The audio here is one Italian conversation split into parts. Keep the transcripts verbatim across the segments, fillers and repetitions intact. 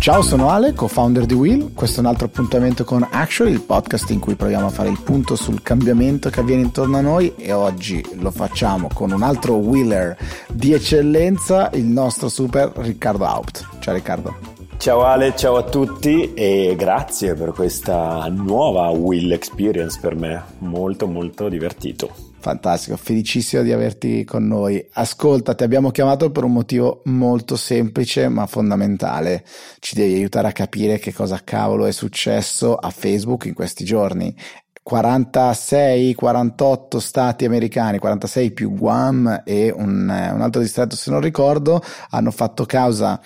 Ciao, sono Ale, co-founder di Will. Questo è un altro appuntamento con Actually, il podcast in cui proviamo a fare il punto sul cambiamento che avviene intorno a noi, e oggi lo facciamo con un altro Willer di eccellenza, il nostro super Riccardo Haupt. Ciao Riccardo. Ciao Ale, ciao a tutti e grazie per questa nuova Will Experience, per me molto molto divertito. Fantastico, felicissimo di averti con noi. Ascolta, ti abbiamo chiamato per un motivo molto semplice ma fondamentale. Ci devi aiutare a capire che cosa cavolo è successo a Facebook in questi giorni. quarantasei quarantotto stati americani, quarantasei più Guam e un, un altro distretto se non ricordo, hanno fatto causa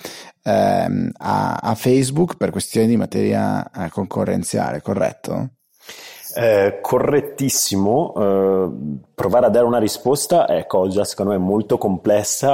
ehm, a, a Facebook per questioni di materia eh, concorrenziale, corretto? Eh, correttissimo. Eh, provare a dare una risposta è cosa secondo me molto complessa,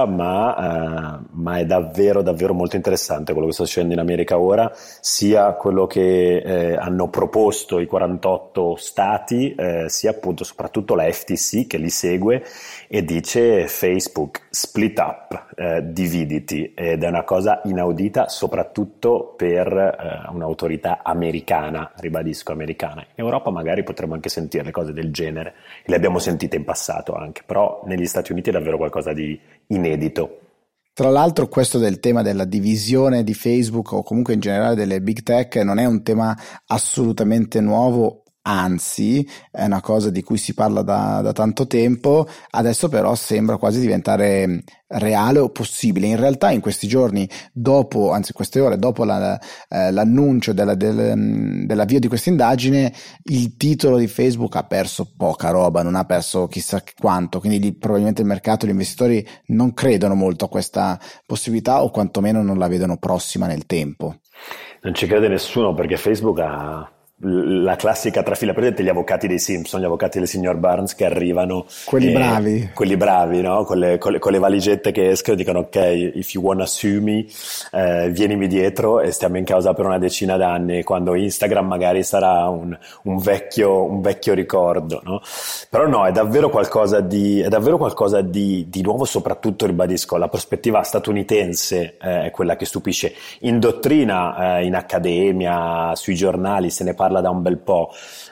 ma, eh, ma è davvero davvero molto interessante quello che sta succedendo in America ora, sia quello che eh, hanno proposto i quarantotto stati, eh, sia appunto soprattutto la F T C che li segue e dice: Facebook, split up, eh, dividiti, ed è una cosa inaudita soprattutto per eh, un'autorità americana, ribadisco americana. In Europa magari potremmo anche sentire le cose del genere, le abbiamo sentite in passato anche, però negli Stati Uniti è davvero qualcosa di inedito. Tra l'altro questo del tema della divisione di Facebook o comunque in generale delle big tech non è un tema assolutamente nuovo, anzi è una cosa di cui si parla da, da tanto tempo. Adesso però sembra quasi diventare reale o possibile. In realtà in questi giorni, dopo, anzi queste ore dopo la, eh, l'annuncio della, del, dell'avvio di questa indagine, il titolo di Facebook ha perso poca roba, non ha perso chissà quanto, quindi lì, probabilmente il mercato, gli investitori non credono molto a questa possibilità, o quantomeno non la vedono prossima nel tempo. Non ci crede nessuno, perché Facebook ha la classica trafila, presente gli avvocati dei Simpson, gli avvocati del signor Burns che arrivano, quelli e, bravi quelli bravi, no? Con le, con le, con le valigette che escono e dicono: ok, if you wanna sue me, eh, vienimi dietro, e stiamo in causa per una decina d'anni, quando Instagram magari sarà un, un vecchio un vecchio ricordo, no? Però no, è davvero qualcosa di è davvero qualcosa di, di nuovo, soprattutto ribadisco, la prospettiva statunitense eh, è quella che stupisce. In dottrina, eh, in accademia, sui giornali se ne parla parla da un bel po',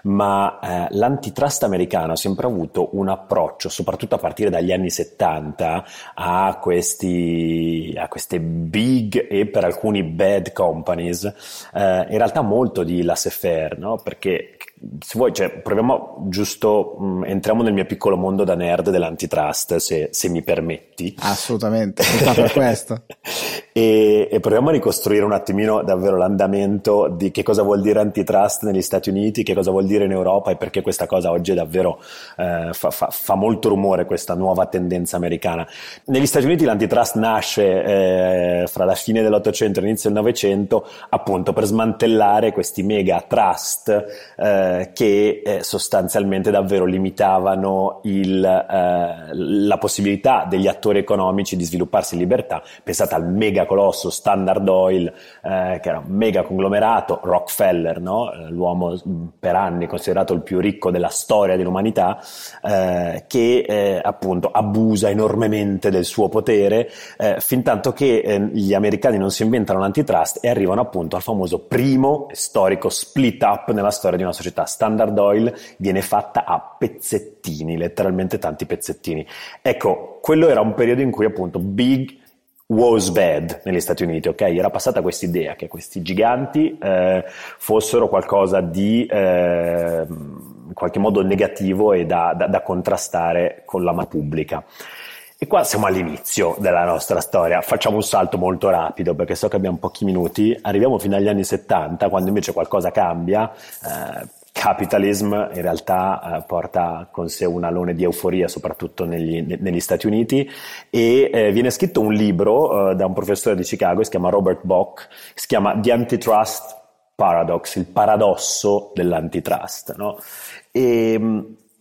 ma eh, l'antitrust americano ha sempre avuto un approccio, soprattutto a partire dagli anni settanta, a questi a queste big e per alcuni bad companies, eh, in realtà molto di laissez-faire, no? Perché se vuoi, cioè, proviamo giusto, mh, entriamo nel mio piccolo mondo da nerd dell'antitrust, se, se mi permetti. Assolutamente, sono per questo. E, e proviamo a ricostruire un attimino davvero l'andamento di che cosa vuol dire antitrust negli Stati Uniti, che cosa vuol dire in Europa, e perché questa cosa oggi è davvero eh, fa, fa, fa molto rumore, questa nuova tendenza americana. Negli Stati Uniti l'antitrust nasce eh, fra la fine dell'Ottocento e l'inizio del Novecento, appunto per smantellare questi mega trust eh, che eh, sostanzialmente davvero limitavano il, eh, la possibilità degli attori economici di svilupparsi in libertà. Pensate al mega colosso Standard Oil, eh, che era un mega conglomerato, Rockefeller, no? L'uomo per anni considerato il più ricco della storia dell'umanità, eh, che eh, appunto abusa enormemente del suo potere, eh, fin tanto che eh, gli americani non si inventano l'antitrust e arrivano appunto al famoso primo storico split up nella storia di una società. Standard Oil viene fatta a pezzettini, letteralmente tanti pezzettini. Ecco, quello era un periodo in cui appunto big was bad negli Stati Uniti, ok? Era passata questa idea che questi giganti eh, fossero qualcosa di eh, in qualche modo negativo e da, da, da contrastare con la mano pubblica. E qua siamo all'inizio della nostra storia, facciamo un salto molto rapido perché so che abbiamo pochi minuti, arriviamo fino agli anni settanta, quando invece qualcosa cambia. eh, Capitalism in realtà eh, porta con sé un alone di euforia, soprattutto negli, negli Stati Uniti, e eh, viene scritto un libro eh, da un professore di Chicago, si chiama Robert Bock, si chiama The Antitrust Paradox, il paradosso dell'antitrust, no? E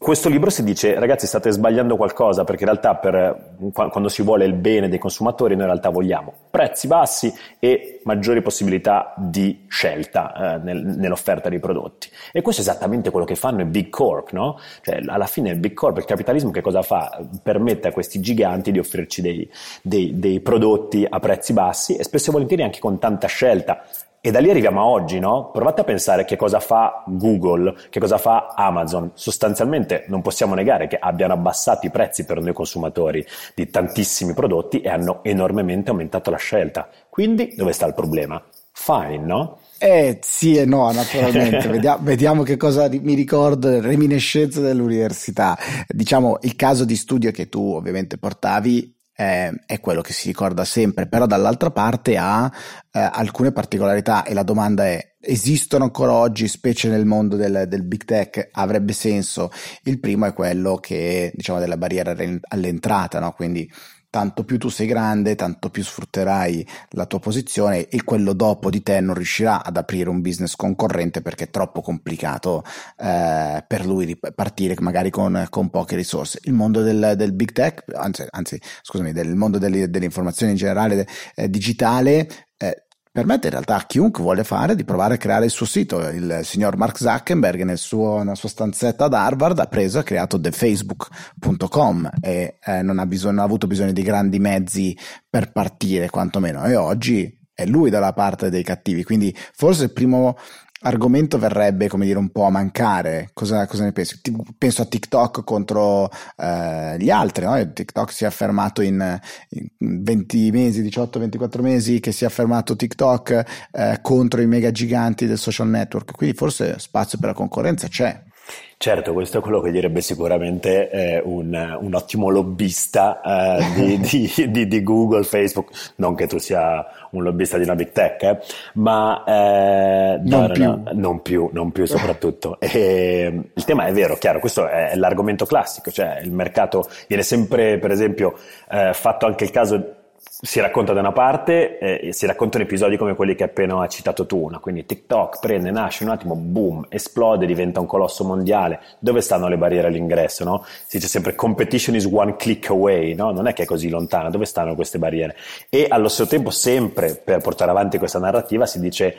questo libro si dice: ragazzi, state sbagliando qualcosa, perché in realtà per, quando si vuole il bene dei consumatori, noi in realtà vogliamo prezzi bassi e maggiori possibilità di scelta eh, nel, nell'offerta dei prodotti. E questo è esattamente quello che fanno i big corp, no? Cioè, alla fine il big corp, il capitalismo, che cosa fa? Permette a questi giganti di offrirci dei, dei, dei prodotti a prezzi bassi e spesso e volentieri anche con tanta scelta. E da lì arriviamo a oggi, no? Provate a pensare che cosa fa Google, che cosa fa Amazon. Sostanzialmente non possiamo negare che abbiano abbassato i prezzi per noi consumatori di tantissimi prodotti e hanno enormemente aumentato la scelta. Quindi dove sta il problema? Fine, no? Eh sì e no, naturalmente. vediamo, vediamo che cosa mi ricordo, reminiscenze dell'università. Diciamo, il caso di studio che tu ovviamente portavi È, è quello che si ricorda sempre, però dall'altra parte ha eh, alcune particolarità, e la domanda è: esistono ancora oggi, specie nel mondo del, del big tech? Avrebbe senso. Il primo è quello che, diciamo, della barriera all'entrata, no? Quindi tanto più tu sei grande, tanto più sfrutterai la tua posizione, e quello dopo di te non riuscirà ad aprire un business concorrente perché è troppo complicato eh, per lui partire magari con, con poche risorse. Il mondo del, del big tech, anzi, anzi scusami, del mondo delle, delle informazioni in generale eh, digitale, eh, permette in realtà a chiunque vuole fare di provare a creare il suo sito. Il signor Mark Zuckerberg nel suo, nella sua stanzetta ad Harvard ha preso e ha creato the facebook punto com e eh, non, ha bisogno, non ha avuto bisogno di grandi mezzi per partire, quantomeno, e oggi è lui dalla parte dei cattivi. Quindi forse il primo argomento verrebbe, come dire, un po' a mancare. Cosa, cosa ne pensi? Penso a TikTok contro eh, gli altri, no? TikTok si è affermato in, in venti mesi, diciotto ventiquattro mesi che si è affermato TikTok eh, contro i mega giganti del social network, quindi forse spazio per la concorrenza c'è. Certo, questo è quello che direbbe sicuramente eh, un, un ottimo lobbista eh, di, di, di, di Google, Facebook. Non che tu sia un lobbista di una big tech, eh, ma eh, non, no, più. No, non più, non più soprattutto. E, il tema è vero, chiaro, questo è l'argomento classico, cioè il mercato viene sempre, per esempio, eh, fatto anche il caso. Si racconta da una parte, eh, si raccontano episodi come quelli che appena hai citato tu, no? Quindi TikTok prende, nasce un attimo, boom, esplode, diventa un colosso mondiale. Dove stanno le barriere all'ingresso, no? Si dice sempre competition is one click away, no? Non è che è così lontana, dove stanno queste barriere? E allo stesso tempo, sempre per portare avanti questa narrativa, si dice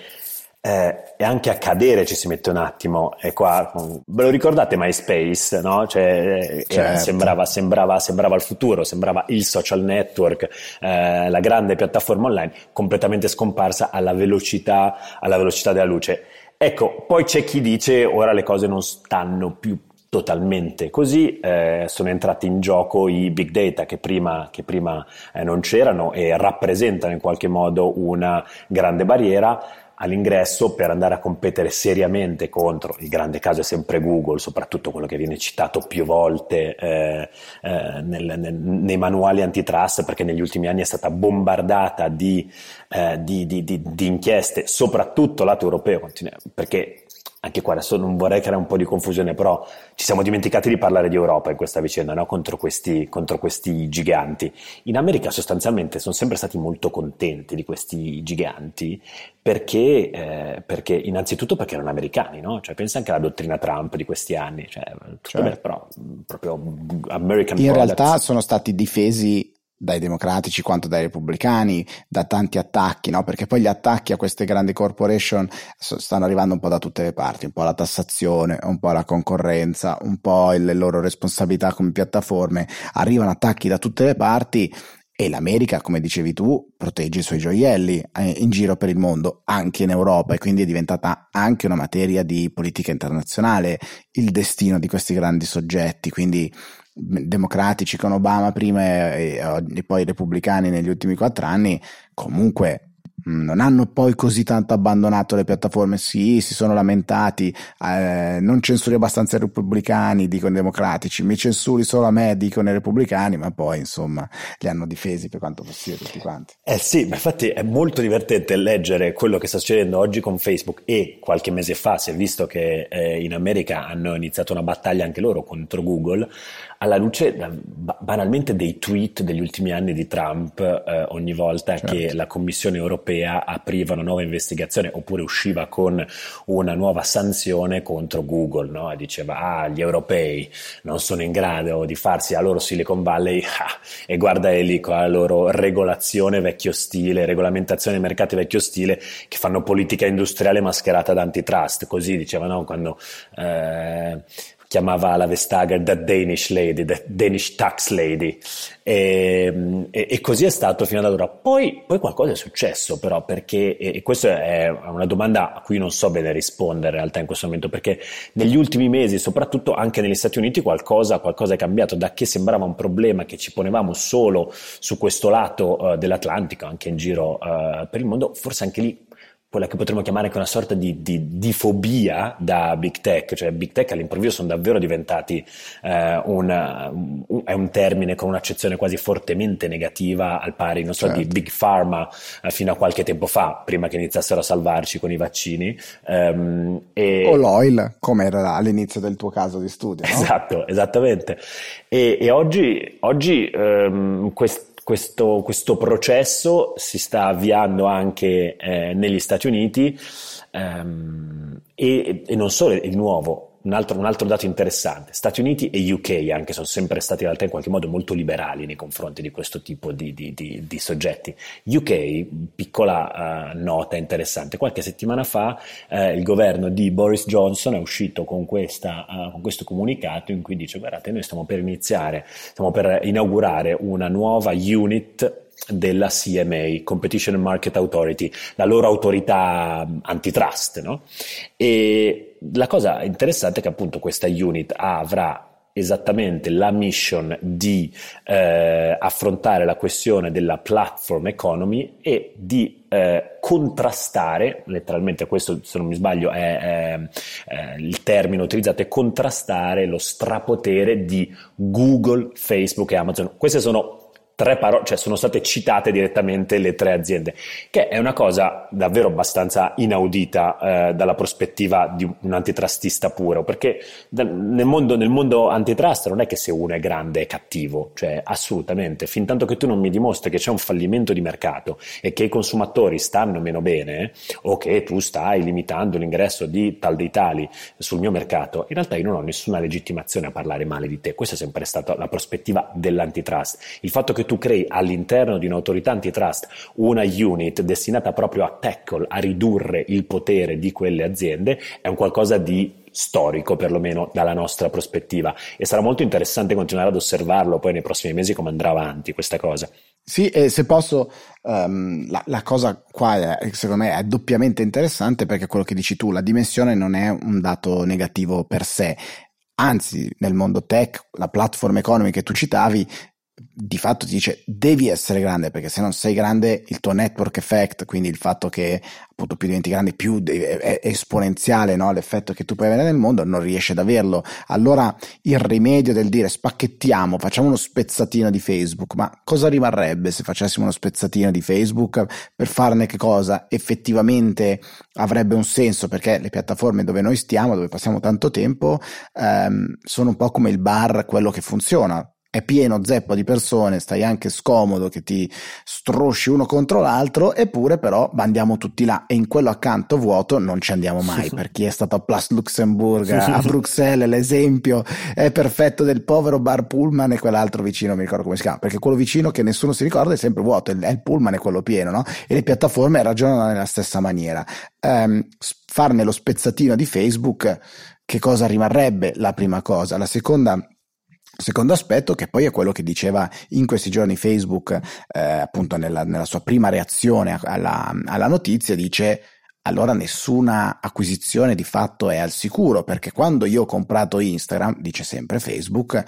Eh, e anche a cadere ci si mette un attimo. E qua, ve lo ricordate MySpace, no? Cioè, certo. eh, sembrava, sembrava, sembrava il futuro, sembrava il social network, eh, la grande piattaforma online, completamente scomparsa alla velocità, alla velocità della luce. Ecco, poi c'è chi dice ora le cose non stanno più totalmente così, eh, sono entrati in gioco i big data che prima, che prima eh, non c'erano e rappresentano in qualche modo una grande barriera all'ingresso per andare a competere seriamente contro. Il grande caso è sempre Google, soprattutto quello che viene citato più volte eh, eh, nel, nel, nei manuali antitrust, perché negli ultimi anni è stata bombardata di, eh, di, di, di, di inchieste, soprattutto lato europeo, perché anche qua adesso non vorrei creare un po' di confusione, però ci siamo dimenticati di parlare di Europa in questa vicenda, no? Contro questi, contro questi giganti. In America sostanzialmente sono sempre stati molto contenti di questi giganti perché, eh, perché innanzitutto perché erano americani, no? Cioè pensa anche alla dottrina Trump di questi anni, cioè, Cioè, beh, però proprio American in products. realtà sono stati difesi dai democratici quanto dai repubblicani da tanti attacchi, no? Perché poi gli attacchi a queste grandi corporation stanno arrivando un po' da tutte le parti, un po' la tassazione, un po' la concorrenza, un po' le loro responsabilità come piattaforme, arrivano attacchi da tutte le parti. E l'America, come dicevi tu, protegge i suoi gioielli in giro per il mondo, anche in Europa, e quindi è diventata anche una materia di politica internazionale il destino di questi grandi soggetti. Quindi democratici con Obama prima e, e poi i repubblicani negli ultimi quattro anni comunque non hanno poi così tanto abbandonato le piattaforme. Sì, si sono lamentati, eh, non censuri abbastanza i repubblicani, dicono i democratici, mi censuri solo a me, dicono i repubblicani, ma poi insomma li hanno difesi per quanto possibile tutti quanti. Eh sì, ma infatti è molto divertente leggere quello che sta succedendo oggi con Facebook, e qualche mese fa si è visto che eh, in America hanno iniziato una battaglia anche loro contro Google. alla luce da, banalmente dei tweet degli ultimi anni di Trump, eh, ogni volta certo. che la Commissione europea apriva una nuova investigazione oppure usciva con una nuova sanzione contro Google, no? E diceva ah gli europei non sono in grado di farsi a loro Silicon Valley ah, e guarda lì con la loro regolazione vecchio stile, regolamentazione dei mercati vecchio stile, che fanno politica industriale mascherata da antitrust, così dicevano quando eh, chiamava la Vestager the Danish lady, the Danish tax lady, e, e, e così è stato fino ad ora. Poi, poi qualcosa è successo però, perché, e questa è una domanda a cui non so bene rispondere in realtà in questo momento, perché negli ultimi mesi, soprattutto anche negli Stati Uniti, qualcosa, qualcosa è cambiato, da che sembrava un problema che ci ponevamo solo su questo lato uh, dell'Atlantico, anche in giro uh, per il mondo, forse anche lì quella che potremmo chiamare anche una sorta di, di, di fobia da big tech, cioè big tech all'improvviso sono davvero diventati eh, una, un, è un termine con un'accezione quasi fortemente negativa, al pari non so certo. di big pharma eh, fino a qualche tempo fa, prima che iniziassero a salvarci con i vaccini. Um, e... O l'oil, come era all'inizio del tuo caso di studio, no? Esatto, esattamente. E, e oggi, oggi um, quest- Questo, questo processo si sta avviando anche eh, negli Stati Uniti ehm, e, e non solo, è di nuovo un altro, un altro dato interessante, Stati Uniti e U K anche sono sempre stati in realtà in qualche modo molto liberali nei confronti di questo tipo di, di, di, di soggetti. U K, piccola uh, nota interessante, qualche settimana fa uh, il governo di Boris Johnson è uscito con, questa, uh, con questo comunicato in cui dice guardate noi stiamo per iniziare, stiamo per inaugurare una nuova unit della C M A, Competition and Market Authority, la loro autorità antitrust, no? E la cosa interessante è che appunto questa unit avrà esattamente la mission di eh, affrontare la questione della platform economy e di eh, contrastare, letteralmente questo se non mi sbaglio è, è, è il termine utilizzato, è contrastare lo strapotere di Google, Facebook e Amazon. Queste sono tre parole, cioè sono state citate direttamente le tre aziende, che è una cosa davvero abbastanza inaudita eh, dalla prospettiva di un antitrustista puro, perché nel mondo, nel mondo antitrust non è che se uno è grande è cattivo, cioè assolutamente, fin tanto che tu non mi dimostri che c'è un fallimento di mercato e che i consumatori stanno meno bene o che tu stai limitando l'ingresso di tal dei tali sul mio mercato, in realtà io non ho nessuna legittimazione a parlare male di te. Questa è sempre stata la prospettiva dell'antitrust. Il fatto che tu crei all'interno di un'autorità antitrust una unit destinata proprio a tackle, a ridurre il potere di quelle aziende, è un qualcosa di storico, perlomeno dalla nostra prospettiva, e sarà molto interessante continuare ad osservarlo poi nei prossimi mesi come andrà avanti questa cosa. Sì, e se posso, um, la, la cosa qua è, secondo me è doppiamente interessante, perché quello che dici tu, la dimensione non è un dato negativo per sé, anzi nel mondo tech, la platform economy che tu citavi di fatto ti dice devi essere grande, perché se non sei grande il tuo network effect, quindi il fatto che appunto più diventi grande più è esponenziale, no? L'effetto che tu puoi avere nel mondo non riesci ad averlo. Allora il rimedio del dire spacchettiamo, facciamo uno spezzatino di Facebook, ma cosa rimarrebbe se facessimo uno spezzatino di Facebook? Per farne che cosa? Effettivamente avrebbe un senso, perché le piattaforme dove noi stiamo, dove passiamo tanto tempo, ehm, sono un po' come il bar, quello che funziona. È pieno zeppo di persone, stai anche scomodo che ti strosci uno contro l'altro, eppure però andiamo tutti là, e in quello accanto vuoto non ci andiamo mai. Per chi è stato a Place Luxembourg, a Bruxelles, l'esempio è perfetto del povero bar Pullman e quell'altro vicino, non mi ricordo come si chiama, perché quello vicino che nessuno si ricorda è sempre vuoto, è il Pullman è quello pieno, no? E le piattaforme ragionano nella stessa maniera. Um, farne lo spezzatino di Facebook, che cosa rimarrebbe? La prima cosa. La seconda Secondo aspetto, che poi è quello che diceva in questi giorni Facebook, eh, appunto nella, nella sua prima reazione alla, alla notizia, dice allora nessuna acquisizione di fatto è al sicuro, perché quando io ho comprato Instagram, dice sempre Facebook,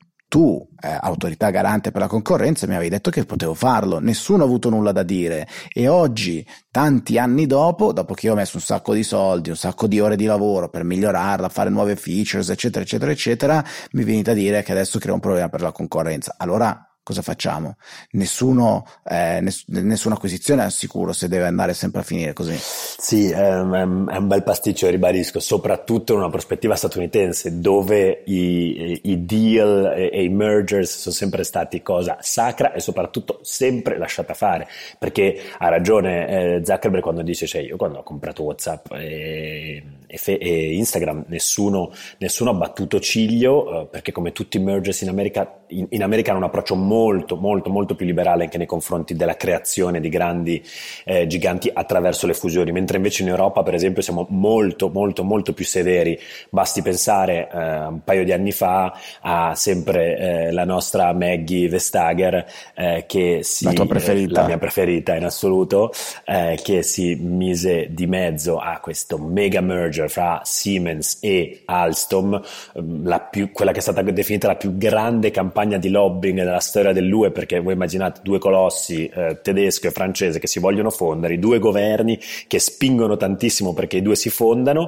tu, eh, autorità garante per la concorrenza, mi avevi detto che potevo farlo, nessuno ha avuto nulla da dire, e oggi, tanti anni dopo, dopo che io ho messo un sacco di soldi, un sacco di ore di lavoro per migliorarla, fare nuove features, eccetera, eccetera, eccetera, mi venite a dire che adesso crea un problema per la concorrenza. Allora cosa facciamo? Nessuno, eh, ness- nessuna acquisizione è sicuro se deve andare sempre a finire così. Sì, è un, è un bel pasticcio, ribadisco, soprattutto in una prospettiva statunitense dove i, i deal e, e i mergers sono sempre stati cosa sacra e soprattutto sempre lasciata fare, perché ha ragione eh, Zuckerberg quando dice, cioè io quando ho comprato WhatsApp e, e, fe- e Instagram nessuno, nessuno ha battuto ciglio, eh, perché come tutti i mergers in America, in, in America hanno un approccio molto molto molto più liberale anche nei confronti della creazione di grandi eh, giganti attraverso le fusioni, mentre invece in Europa per esempio siamo molto molto molto più severi. Basti pensare eh, un paio di anni fa a sempre eh, la nostra Maggie Vestager eh, che si, la tua preferita, eh, la mia preferita in assoluto, eh, che si mise di mezzo a questo mega merger fra Siemens e Alstom, la più, quella che è stata definita la più grande campagna di lobbying della storia dell'U E, perché voi immaginate due colossi eh, tedesco e francese che si vogliono fondere, i due governi che spingono tantissimo perché i due si fondano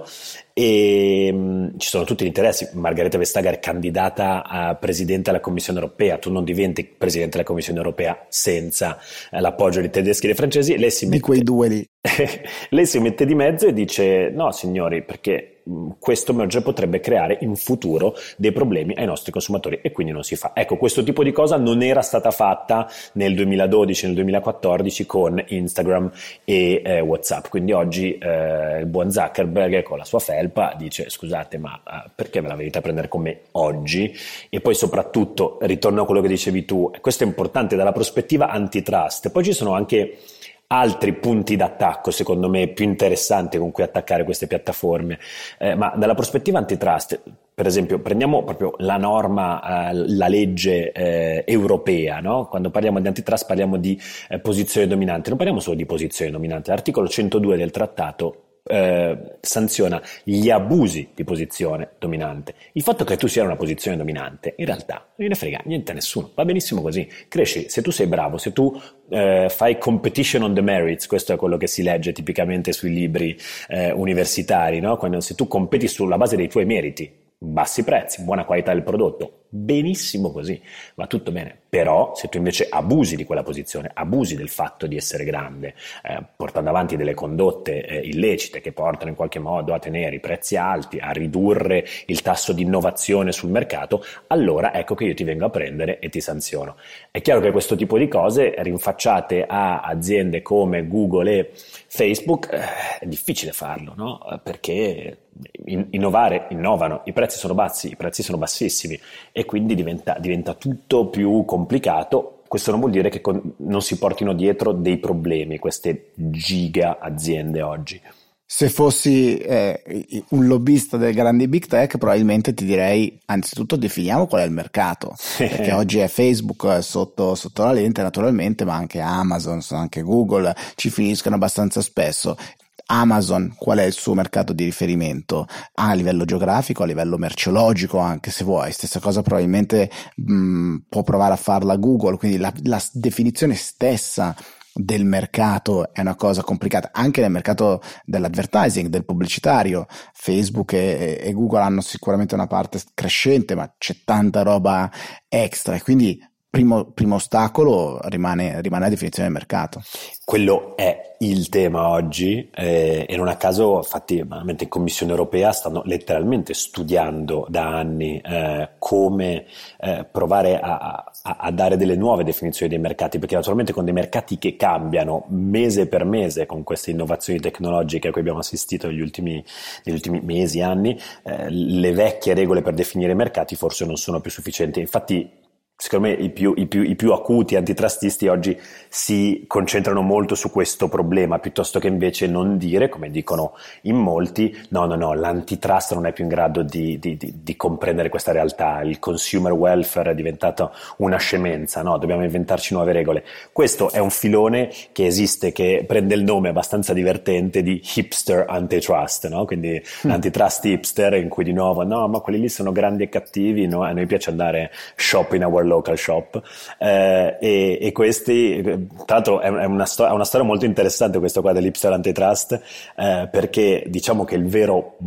e mh, ci sono tutti gli interessi. Margrethe Vestager candidata a presidente della Commissione Europea, tu non diventi presidente della Commissione Europea senza eh, l'appoggio dei tedeschi e dei francesi. Lei si di mette, quei due lì lei si mette di mezzo e dice no signori, perché questo merger potrebbe creare in futuro dei problemi ai nostri consumatori e quindi non si fa. Ecco, questo tipo di cosa non era stata fatta nel duemiladodici, nel duemilaquattordici con Instagram e eh, WhatsApp, quindi oggi eh, il buon Zuckerberg con la sua felpa dice scusate ma eh, perché me la venite a prendere con me oggi? E poi soprattutto ritorno a quello che dicevi tu, questo è importante dalla prospettiva antitrust. Poi ci sono anche altri punti d'attacco secondo me più interessanti con cui attaccare queste piattaforme, eh, ma dalla prospettiva antitrust, per esempio prendiamo proprio la norma, eh, la legge eh, europea, no? Quando parliamo di antitrust parliamo di eh, posizione dominante, non parliamo solo di posizione dominante. L'articolo centodue del trattato Eh, sanziona gli abusi di posizione dominante. Il fatto che tu sia in una posizione dominante in realtà non gliene frega niente a nessuno, va benissimo così, cresci, se tu sei bravo, se tu eh, fai competition on the merits, questo è quello che si legge tipicamente sui libri eh, universitari, no? Quando, se tu competi sulla base dei tuoi meriti, bassi prezzi, buona qualità del prodotto, benissimo così, va tutto bene. Però se tu invece abusi di quella posizione, abusi del fatto di essere grande, eh, portando avanti delle condotte eh, illecite che portano in qualche modo a tenere i prezzi alti, a ridurre il tasso di innovazione sul mercato, allora ecco che io ti vengo a prendere e ti sanziono. È chiaro che questo tipo di cose rinfacciate a aziende come Google e Facebook eh, è difficile farlo, no? Perché in- innovare, innovano, i prezzi sono bassi, i prezzi sono bassissimi e quindi diventa, diventa tutto più complicato. Questo non vuol dire che con- non si portino dietro dei problemi queste giga aziende oggi. Se fossi eh, un lobbista delle grandi big tech probabilmente ti direi anzitutto definiamo qual è il mercato, perché oggi è Facebook sotto, sotto la lente naturalmente, ma anche Amazon, anche Google ci finiscono abbastanza spesso. Amazon, qual è il suo mercato di riferimento? A livello geografico, a livello merceologico, anche se vuoi. Stessa cosa probabilmente mh, può provare a farla Google, quindi la, la definizione stessa del mercato è una cosa complicata. Anche nel mercato dell'advertising, del pubblicitario, Facebook e, e Google hanno sicuramente una parte crescente, ma c'è tanta roba extra e quindi Primo, primo ostacolo rimane, rimane la definizione del mercato. Quello è il tema oggi eh, e non a caso infatti veramente in Commissione Europea stanno letteralmente studiando da anni eh, come eh, provare a, a, a dare delle nuove definizioni dei mercati, perché naturalmente con dei mercati che cambiano mese per mese con queste innovazioni tecnologiche a cui abbiamo assistito negli ultimi, negli ultimi mesi, anni, eh, le vecchie regole per definire i mercati forse non sono più sufficienti. Infatti secondo me i più, i, più, i più acuti antitrustisti oggi si concentrano molto su questo problema piuttosto che invece non dire, come dicono in molti, no no no, l'antitrust non è più in grado di, di, di, di comprendere questa realtà, il consumer welfare è diventato una scemenza, no, dobbiamo inventarci nuove regole. Questo è un filone che esiste, che prende il nome abbastanza divertente di hipster antitrust, no? Quindi mm. l'antitrust hipster in cui di nuovo no ma quelli lì sono grandi e cattivi, no? A noi piace andare shop in our local shop eh, e, e questi tra l'altro è, è, una sto- è una storia molto interessante questo qua dell'hipster antitrust eh, perché diciamo che il vero botto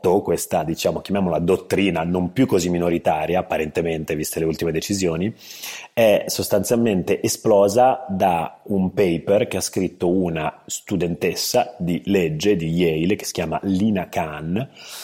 motto, questa diciamo chiamiamola dottrina non più così minoritaria apparentemente viste le ultime decisioni, è sostanzialmente esplosa da un paper che ha scritto una studentessa di legge di Yale che si chiama Lina Khan,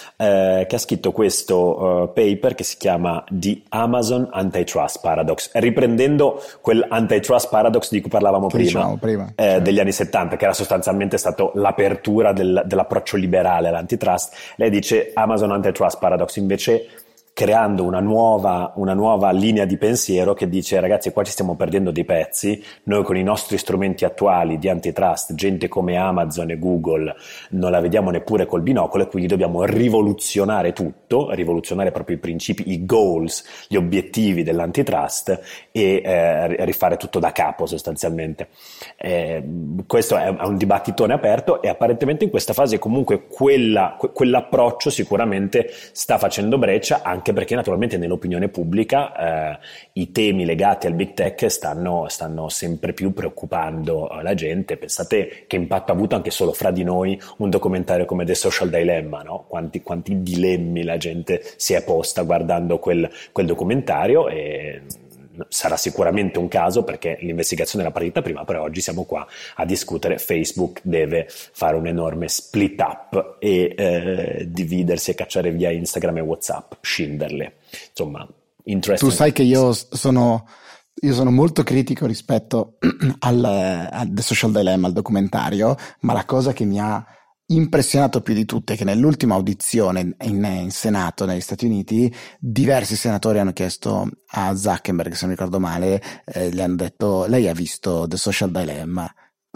eh, che ha scritto questo uh, paper che si chiama The Amazon Antitrust Paradox, riprendendo quel antitrust paradox di cui parlavamo che prima, diciamo prima eh, certo. degli anni settanta, che era sostanzialmente stato l'apertura del, dell'approccio liberale all'antitrust. Lei dice Amazon Antitrust Paradox, invece creando una nuova, una nuova linea di pensiero che dice ragazzi qua ci stiamo perdendo dei pezzi, noi con i nostri strumenti attuali di antitrust, gente come Amazon e Google non la vediamo neppure col binocolo e quindi dobbiamo rivoluzionare tutto, rivoluzionare proprio i principi, i goals, gli obiettivi dell'antitrust e eh, rifare tutto da capo sostanzialmente. Eh, questo è un dibattitone aperto e apparentemente in questa fase comunque quella, quell'approccio sicuramente sta facendo breccia, anche perché naturalmente nell'opinione pubblica eh, i temi legati al big tech stanno, stanno sempre più preoccupando la gente. Pensate che impatto ha avuto anche solo fra di noi un documentario come The Social Dilemma, no? Quanti, quanti dilemmi la gente si è posta guardando quel, quel documentario, e sarà sicuramente un caso perché l'investigazione era partita prima, però oggi siamo qua a discutere. Facebook deve fare un enorme split up e eh, dividersi e cacciare via Instagram e WhatsApp, scinderle. Insomma, interesting. Tu sai che io sono io sono molto critico rispetto al, al The Social Dilemma, al documentario, ma la cosa che mi ha impressionato più di tutte è che nell'ultima audizione in, in Senato negli Stati Uniti diversi senatori hanno chiesto a Zuckerberg, se non ricordo male, eh, gli hanno detto lei ha visto The Social Dilemma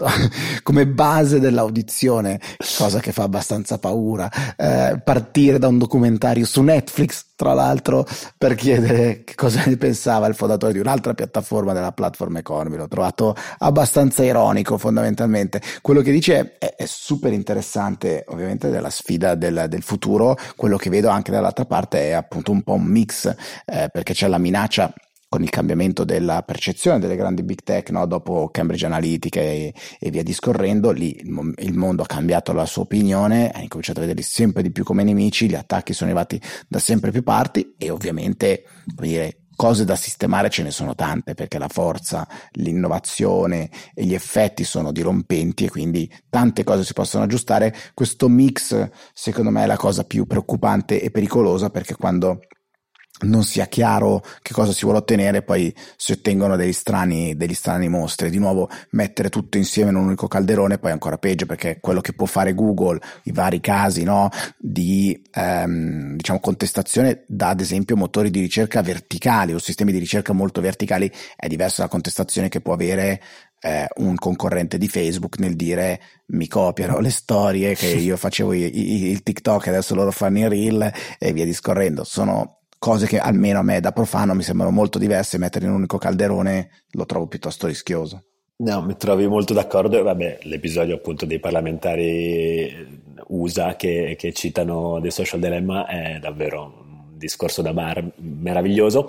come base dell'audizione, cosa che fa abbastanza paura, eh, partire da un documentario su Netflix tra l'altro per chiedere che cosa ne pensava il fondatore di un'altra piattaforma della platform economy. L'ho trovato abbastanza ironico. Fondamentalmente quello che dice è, è super interessante, ovviamente della sfida del, del futuro. Quello che vedo anche dall'altra parte è appunto un po' un mix, eh, perché c'è la minaccia con il cambiamento della percezione delle grandi big tech, no? Dopo Cambridge Analytica e, e via discorrendo, lì il, il mondo ha cambiato la sua opinione, ha incominciato a vederli sempre di più come nemici, gli attacchi sono arrivati da sempre più parti e ovviamente, come dire, cose da sistemare ce ne sono tante, perché la forza, l'innovazione e gli effetti sono dirompenti e quindi tante cose si possono aggiustare. Questo mix secondo me è la cosa più preoccupante e pericolosa, perché quando non sia chiaro che cosa si vuole ottenere poi si ottengono degli strani degli strani mostri. Di nuovo mettere tutto insieme in un unico calderone poi è ancora peggio, perché quello che può fare Google, i vari casi, no, di ehm, diciamo contestazione da ad esempio motori di ricerca verticali o sistemi di ricerca molto verticali, è diverso dalla contestazione che può avere eh, un concorrente di Facebook nel dire mi copiano le storie che io facevo i, i, il TikTok, adesso loro fanno i reel e via discorrendo. Sono cose che almeno a me da profano mi sembrano molto diverse. Mettere in un unico calderone lo trovo piuttosto rischioso. No, mi trovi molto d'accordo. E vabbè, l'episodio appunto dei parlamentari U S A che, che citano The Social Dilemma è davvero un discorso da bar meraviglioso.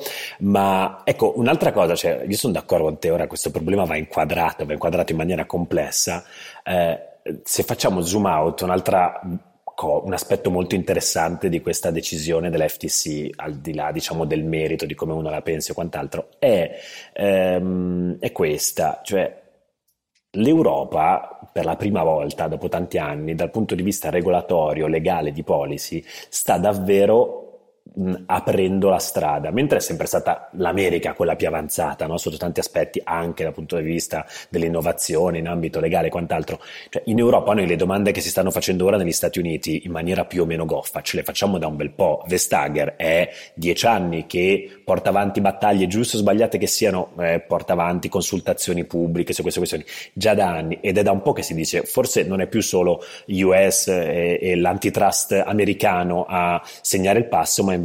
Ma ecco, un'altra cosa, cioè io sono d'accordo con te, ora questo problema va inquadrato, va inquadrato in maniera complessa. Eh, se facciamo zoom out, un'altra un aspetto molto interessante di questa decisione dell'F T C, al di là diciamo del merito di come uno la pensi o quant'altro, è, ehm, è questa, cioè l'Europa per la prima volta dopo tanti anni dal punto di vista regolatorio, legale, di policy sta davvero aprendo la strada, mentre è sempre stata l'America quella più avanzata, no? Sotto tanti aspetti, anche dal punto di vista dell'innovazione in ambito legale e quant'altro. Cioè, in Europa noi le domande che si stanno facendo ora negli Stati Uniti in maniera più o meno goffa ce le facciamo da un bel po'. Vestager è dieci anni che porta avanti battaglie, giuste o sbagliate che siano, eh, porta avanti consultazioni pubbliche su queste questioni già da anni, ed è da un po' che si dice forse non è più solo U S e, e l'antitrust americano a segnare il passo, ma invece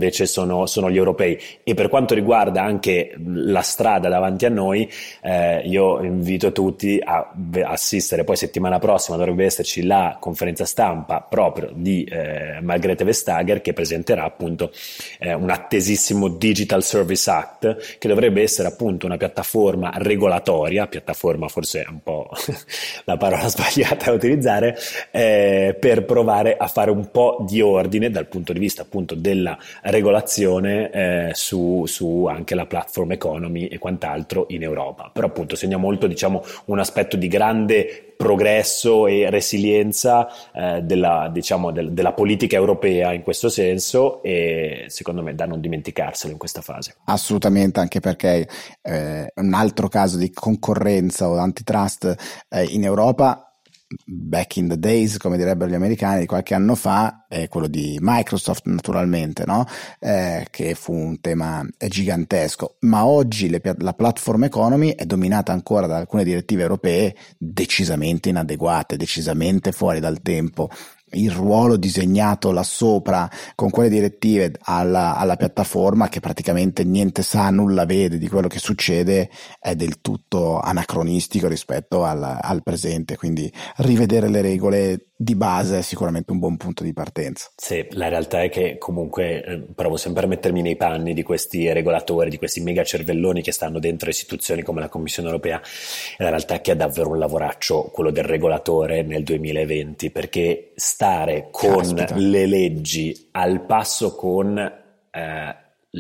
invece sono, sono gli europei. E per quanto riguarda anche la strada davanti a noi, eh, io invito tutti a assistere, poi settimana prossima dovrebbe esserci la conferenza stampa proprio di eh, Margrethe Vestager, che presenterà appunto eh, un attesissimo Digital Service Act, che dovrebbe essere appunto una piattaforma regolatoria, piattaforma forse è un po' la parola sbagliata da utilizzare, eh, per provare a fare un po' di ordine dal punto di vista appunto della regolazione eh, su, su anche la platform economy e quant'altro in Europa. Però appunto segna molto, diciamo, un aspetto di grande progresso e resilienza eh, della, diciamo, del, della politica europea in questo senso, e secondo me da non dimenticarselo in questa fase. Assolutamente, anche perché eh, un altro caso di concorrenza o antitrust eh, in Europa, back in the days, come direbbero gli americani, di qualche anno fa, è quello di Microsoft, naturalmente, no? Eh, che fu un tema gigantesco, ma oggi le, la platform economy è dominata ancora da alcune direttive europee decisamente inadeguate, decisamente fuori dal tempo. Il ruolo disegnato là sopra con quelle direttive alla, alla piattaforma, che praticamente niente sa, nulla vede di quello che succede, è del tutto anacronistico rispetto al, al presente, quindi rivedere le regole di base è sicuramente un buon punto di partenza. Sì, la realtà è che comunque eh, provo sempre a mettermi nei panni di questi regolatori, di questi mega cervelloni che stanno dentro istituzioni come la Commissione Europea, e la realtà è che è davvero un lavoraccio quello del regolatore nel duemilaventi, perché stare con Caspita. le leggi al passo con eh,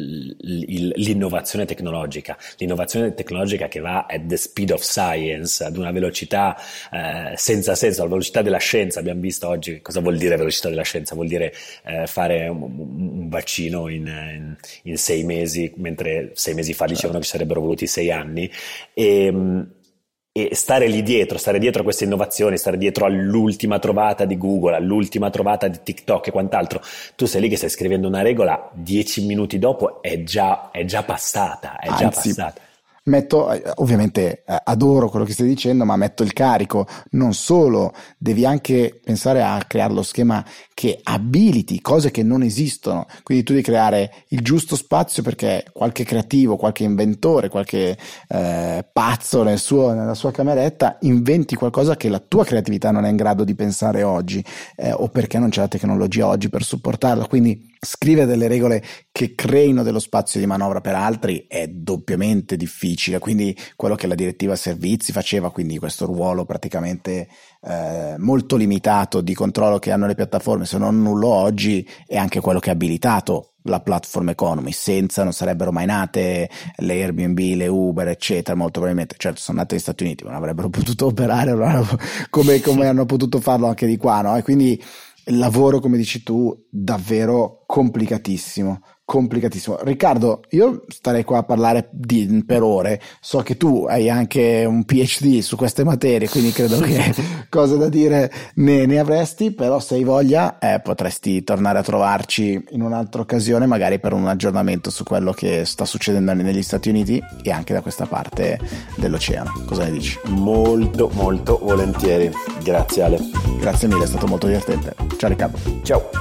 l'innovazione tecnologica, l'innovazione tecnologica che va at the speed of science, ad una velocità eh, senza senso, alla velocità della scienza. Abbiamo visto oggi cosa vuol dire velocità della scienza, vuol dire eh, fare un, un vaccino in, in, in sei mesi, mentre sei mesi fa dicevano che sarebbero voluti sei anni, e E stare lì dietro, stare dietro a queste innovazioni, stare dietro all'ultima trovata di Google, all'ultima trovata di TikTok e quant'altro. Tu sei lì che stai scrivendo una regola, dieci minuti dopo è già, è già passata, è già Anzi, passata. Metto, ovviamente eh, adoro quello che stai dicendo, ma metto il carico, non solo, devi anche pensare a creare lo schema che abiliti cose che non esistono, quindi tu devi creare il giusto spazio perché qualche creativo, qualche inventore, qualche eh, pazzo nel suo, nella sua cameretta inventi qualcosa che la tua creatività non è in grado di pensare oggi, eh, o perché non c'è la tecnologia oggi per supportarla. Quindi scrivere delle regole che creino dello spazio di manovra per altri è doppiamente difficile, quindi quello che la direttiva servizi faceva, quindi questo ruolo praticamente eh, molto limitato di controllo che hanno le piattaforme, se non nullo oggi, è anche quello che ha abilitato la platform economy. Senza non sarebbero mai nate le Airbnb, le Uber, eccetera. Molto probabilmente, certo, sono nate negli Stati Uniti, ma non avrebbero potuto operare come, come hanno potuto farlo anche di qua, no? E quindi il lavoro, come dici tu, davvero complicatissimo, complicatissimo. Riccardo, io starei qua a parlare di, per ore, so che tu hai anche un P H D su queste materie, quindi credo che cose da dire ne, ne avresti, però se hai voglia eh, potresti tornare a trovarci in un'altra occasione, magari per un aggiornamento su quello che sta succedendo negli Stati Uniti e anche da questa parte dell'oceano. Cosa ne dici? Molto, molto volentieri. Grazie Ale. Grazie mille, è stato molto divertente. Ciao Riccardo. Ciao.